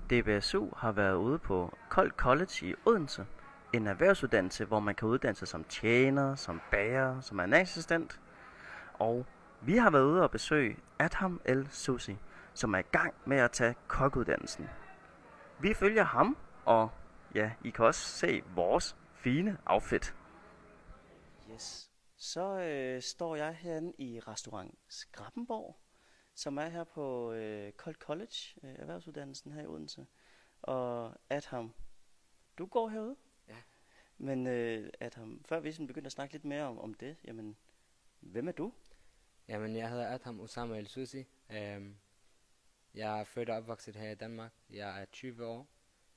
DBSU har været ude på Kold College i Odense, en erhvervsuddannelse, hvor man kan uddanne sig som tjener, som bager, som ernæringsassistent. Og vi har været ude og besøge Adham El Susi, som er i gang med at tage kokkeuddannelsen. Vi følger ham, og ja, I kan også se vores fine outfit. Yes. Så står jeg herinde i restaurant Skrappenborg, som er her på Kold College, erhvervsuddannelsen her i Odense. Og Adham, du går herude? Ja. Men Adham, før vi sådan begynder at snakke lidt mere om det, jamen, hvem er du? Jamen, jeg hedder Adham Osama El Susi. Jeg er født og opvokset her i Danmark. Jeg er 20 år.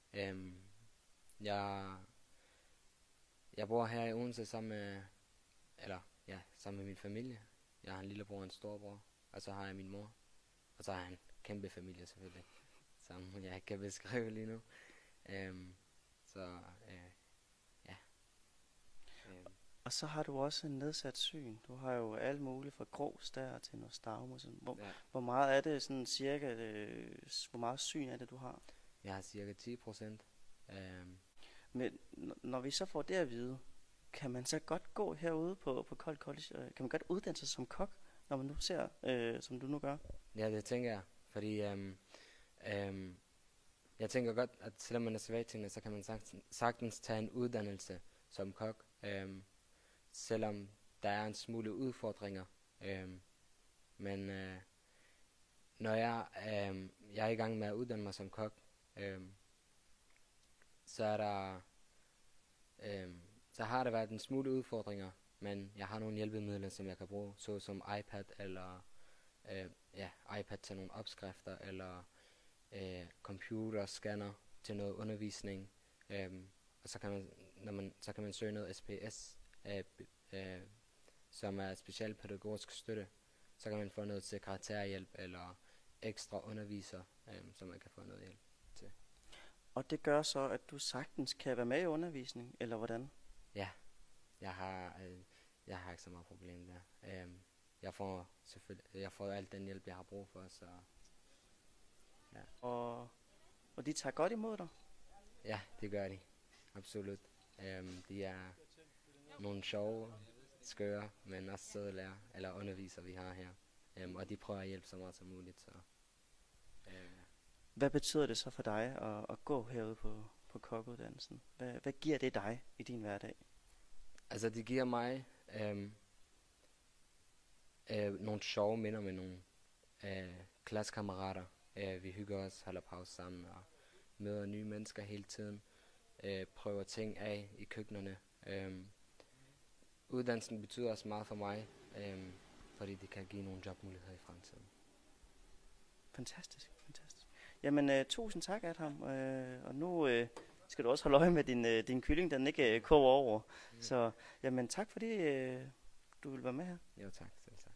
Jeg bor her i Odense sammen med min familie. Jeg har en lillebror og en storebror. Og så har jeg min mor. Og så har jeg en kæmpe familie selvfølgelig, som jeg ikke kan beskrive lige nu. Ja. Og så har du også en nedsat syn. Du har jo alt muligt fra grå stær til nostalm og sådan. Hvor meget er det sådan cirka, hvor meget syn er det, du har? Jeg har cirka 10%. Men når vi så får det at vide, kan man så godt gå herude på Kold College? Kan man godt uddanne sig som kok, når man nu ser, som du nu gør? Ja, det tænker jeg. Fordi jeg tænker godt, at selvom man er svagtseende, så kan man sagtens tage en uddannelse som kok. Selvom der er en smule udfordringer. Men når jeg er i gang med at uddanne mig som kok, så har der været en smule udfordringer, men jeg har nogle hjælpemidler, som jeg kan bruge, såsom iPad eller iPad til nogle opskrifter eller computerscanner til noget undervisning. Og så kan man søge noget SPS, som er specialpædagogisk støtte. Så kan man få noget sekretærhjælp eller ekstra underviser, som man kan få noget hjælp til. Og det gør så, at du sagtens kan være med i undervisning, eller hvordan? Ja, jeg har ikke så meget problem der. Jeg får alt den hjælp, jeg har brug for, så ja. Og de tager godt imod dig? Ja, det gør de. Absolut. De er nogle sjove, skøre, men også søde lærer, eller undervisere, vi har her. Og de prøver at hjælpe så meget som muligt, så Hvad betyder det så for dig at gå herude på kokkeuddannelsen? Hvad giver det dig i din hverdag? Altså, det giver mig nogle sjove minder med nogle klassekammerater. Vi hygger os, holder pause sammen og møder nye mennesker hele tiden. Prøver ting af i køkkenerne. Uddannelsen betyder også meget for mig, fordi det kan give nogle jobmuligheder i fremtiden. Fantastisk, fantastisk. Jamen, tusind tak, Adham. Og nu skal du også holde øje med din kylling, den ikke koger over. Mm. Så, jamen, tak fordi du vil være med her. Jo, tak. Selv tak.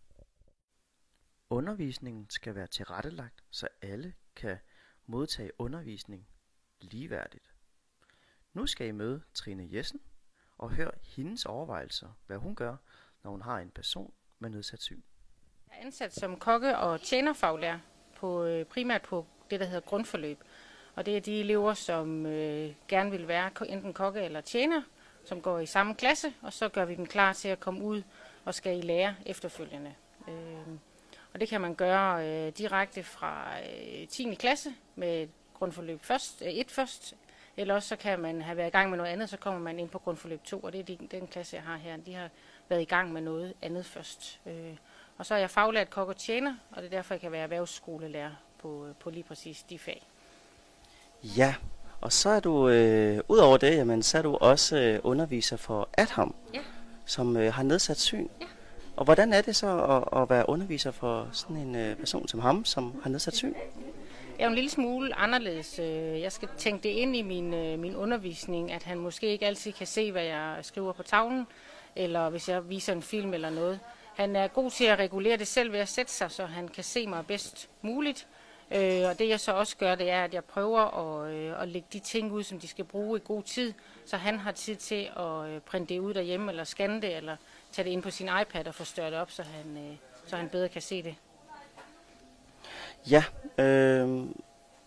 Undervisningen skal være tilrettelagt, så alle kan modtage undervisning ligeværdigt. Nu skal I møde Trine Jessen og høre hendes overvejelser, hvad hun gør, når hun har en person med nedsat syn. Jeg er ansat som kokke- og tjenerfaglærer primært på det, der hedder grundforløb. Og det er de elever, som gerne vil være enten kokke eller tjener, som går i samme klasse, og så gør vi dem klar til at komme ud og skal i lære efterfølgende. Og det kan man gøre direkte fra 10. klasse med grundforløb først, eller også så kan man have været i gang med noget andet, så kommer man ind på grundforløb 2, og det er den klasse, jeg har her. De har været i gang med noget andet først. Og så er jeg faglært kok og tjener, og det er derfor, jeg kan være erhvervsskolelærer på lige præcis de fag. Ja, og så er du, ud over det, jamen, så er du også underviser for Adham, ja, som har nedsat syn. Ja. Og hvordan er det så at være underviser for sådan en person som ham, som har nedsat syn? Det er jo en lille smule anderledes. Jeg skal tænke det ind i min undervisning, at han måske ikke altid kan se, hvad jeg skriver på tavlen, eller hvis jeg viser en film eller noget. Han er god til at regulere det selv ved at sætte sig, så han kan se mig bedst muligt. Og det jeg så også gør, det er, at jeg prøver at lægge de ting ud, som de skal bruge i god tid, så han har tid til at printe det ud derhjemme, eller scanne det, eller tage det ind på sin iPad og få størret op, så han bedre kan se det. Ja,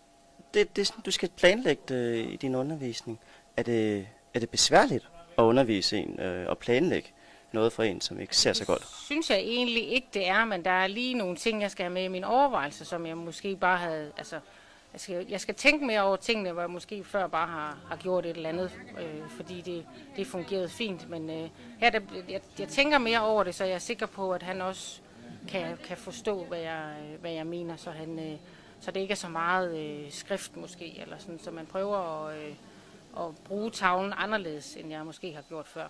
du skal planlægge det i din undervisning. Er det besværligt at undervise en og planlægge noget for en, som ikke ser så godt? Det synes jeg egentlig ikke, det er, men der er lige nogle ting, jeg skal have med i mine overvejelser, som jeg måske bare havde... Altså, jeg skal tænke mere over tingene, hvor jeg måske før bare har gjort et eller andet, fordi det fungerede fint. Men her, jeg tænker mere over det, så jeg er sikker på, at han også kan forstå, hvad jeg mener, så det ikke er så meget skrift måske, eller sådan, så man prøver at bruge tavlen anderledes, end jeg måske har gjort før.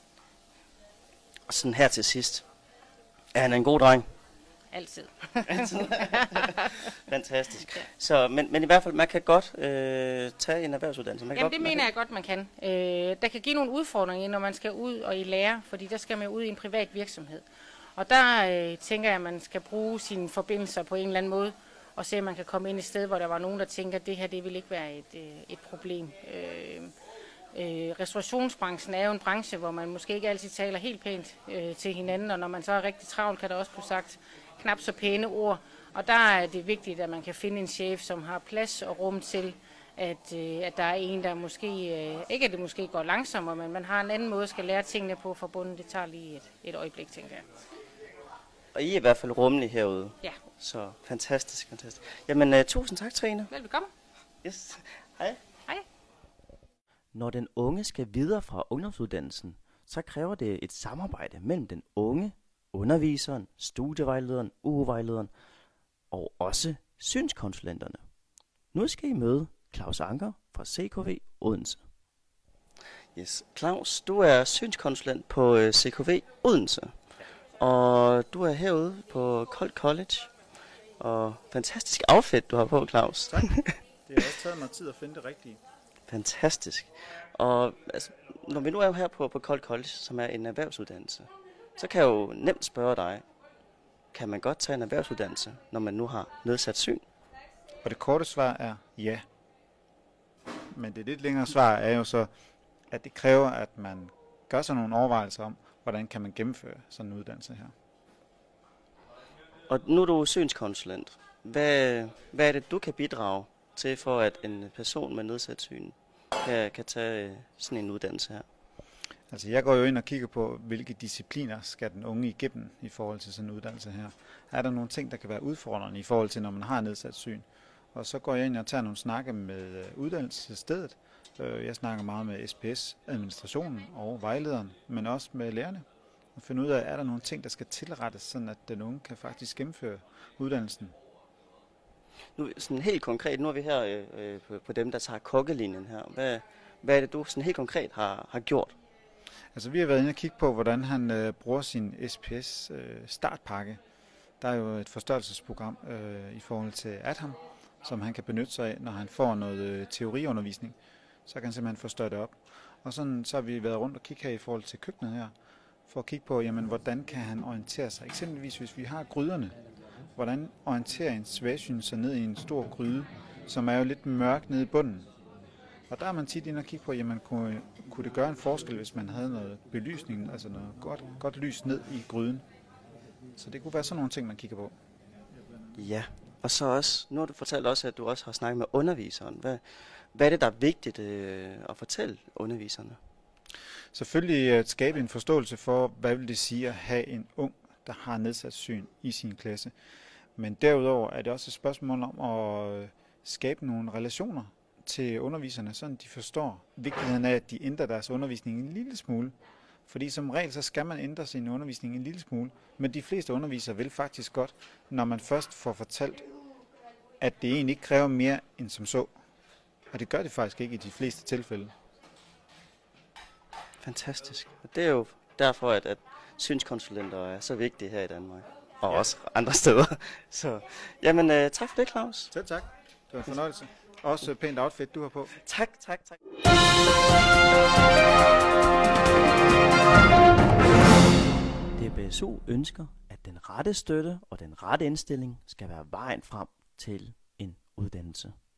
Og sådan her til sidst. Er han en god dreng? Altid. Fantastisk. Ja. Så, men i hvert fald, man kan godt tage en erhvervsuddannelse. Det mener jeg godt, man kan. Der kan give nogle udfordringer, når man skal ud og i lære, fordi der skal man ud i en privat virksomhed. Og der tænker jeg, at man skal bruge sine forbindelser på en eller anden måde, og se, om man kan komme ind et sted, hvor der var nogen, der tænker, at det her det vil ikke være et problem. Restaurationsbranchen er jo en branche, hvor man måske ikke altid taler helt pænt til hinanden, og når man så er rigtig travlt, kan der også blive sagt knap så pæne ord. Og der er det vigtigt, at man kan finde en chef, som har plads og rum til, at der er en, der måske, ikke at det måske går langsommere, men man har en anden måde, skal lære tingene på forbundet. Det tager lige et øjeblik, tænker jeg. Og I er i hvert fald rummelige herude. Ja. Så fantastisk. Jamen, tusind tak, Trine. Velbekomme. Yes. Hej. Hej. Når den unge skal videre fra ungdomsuddannelsen, så kræver det et samarbejde mellem den unge, underviseren, studievejlederen, UU-vejlederen og også synskonsulenterne. Nu skal I møde Claus Anker fra CKV Odense. Yes, Claus, du er synskonsulent på CKV Odense, og du er herude på Kold College. Og fantastisk outfit, du har på, Claus. Tak. Det har også taget mig tid at finde det rigtige. Fantastisk. Og altså, når vi nu er her på Kold College, som er en erhvervsuddannelse, så kan jeg jo nemt spørge dig, kan man godt tage en erhvervsuddannelse, når man nu har nedsat syn? Og det korte svar er ja. Men det lidt længere svar er jo så, at det kræver, at man gør sig nogle overvejelser om, hvordan kan man gennemføre sådan en uddannelse her. Og nu er du synskonsulent. Hvad er det, du kan bidrage til, for at en person med nedsat syn kan tage sådan en uddannelse her? Altså jeg går jo ind og kigger på, hvilke discipliner skal den unge igennem i forhold til sådan en uddannelse her. Er der nogle ting, der kan være udfordrende i forhold til, når man har nedsat syn? Og så går jeg ind og tager nogle snakke med uddannelsesstedet. Jeg snakker meget med SPS, administrationen og vejlederen, men også med lærerne. Og finde ud af, er der nogle ting, der skal tilrettes, sådan at den unge kan faktisk gennemføre uddannelsen. Nu sådan helt konkret, nu er vi her på dem, der tager kokkelinjen her. Hvad er det, du sådan helt konkret har gjort? Altså vi har været inde og kigge på, hvordan han bruger sin SPS startpakke. Der er jo et forstørrelsesprogram i forhold til Atham, som han kan benytte sig af, når han får noget teoriundervisning. Så kan han simpelthen forstørre det op. Og sådan, så har vi været rundt og kigge her i forhold til køkkenet her, for at kigge på, jamen, hvordan kan han orientere sig. Eksempelvis hvis vi har gryderne, hvordan orienterer en svagsyn sig ned i en stor gryde, som er jo lidt mørk nede i bunden. Og der er man tit inde og kigge på, jamen kunne det gøre en forskel, hvis man havde noget belysning, altså noget godt lys ned i gryden. Så det kunne være sådan nogle ting, man kigger på. Ja, og så også, nu har du fortalt også, at du også har snakket med underviseren. Hvad er det, der er vigtigt at fortælle underviserne? Selvfølgelig at skabe en forståelse for, hvad vil det sige at have en ung, der har nedsat syn i sin klasse. Men derudover er det også et spørgsmål om at skabe nogle relationer til underviserne, så de forstår vigtigheden af, at de ændrer deres undervisning en lille smule. Fordi som regel, så skal man ændre sin undervisning en lille smule, men de fleste undervisere vil faktisk godt, når man først får fortalt, at det egentlig ikke kræver mere end som så. Og det gør det faktisk ikke i de fleste tilfælde. Fantastisk. Og det er jo derfor, at synskonsulenter er så vigtige her i Danmark. Og også andre steder. Så, jamen, tak for det, Claus. Selv tak. Det var en fornøjelse. Også pænt outfit, du har på. Tak. DBSU ønsker, at den rette støtte og den rette indstilling skal være vejen frem til en uddannelse.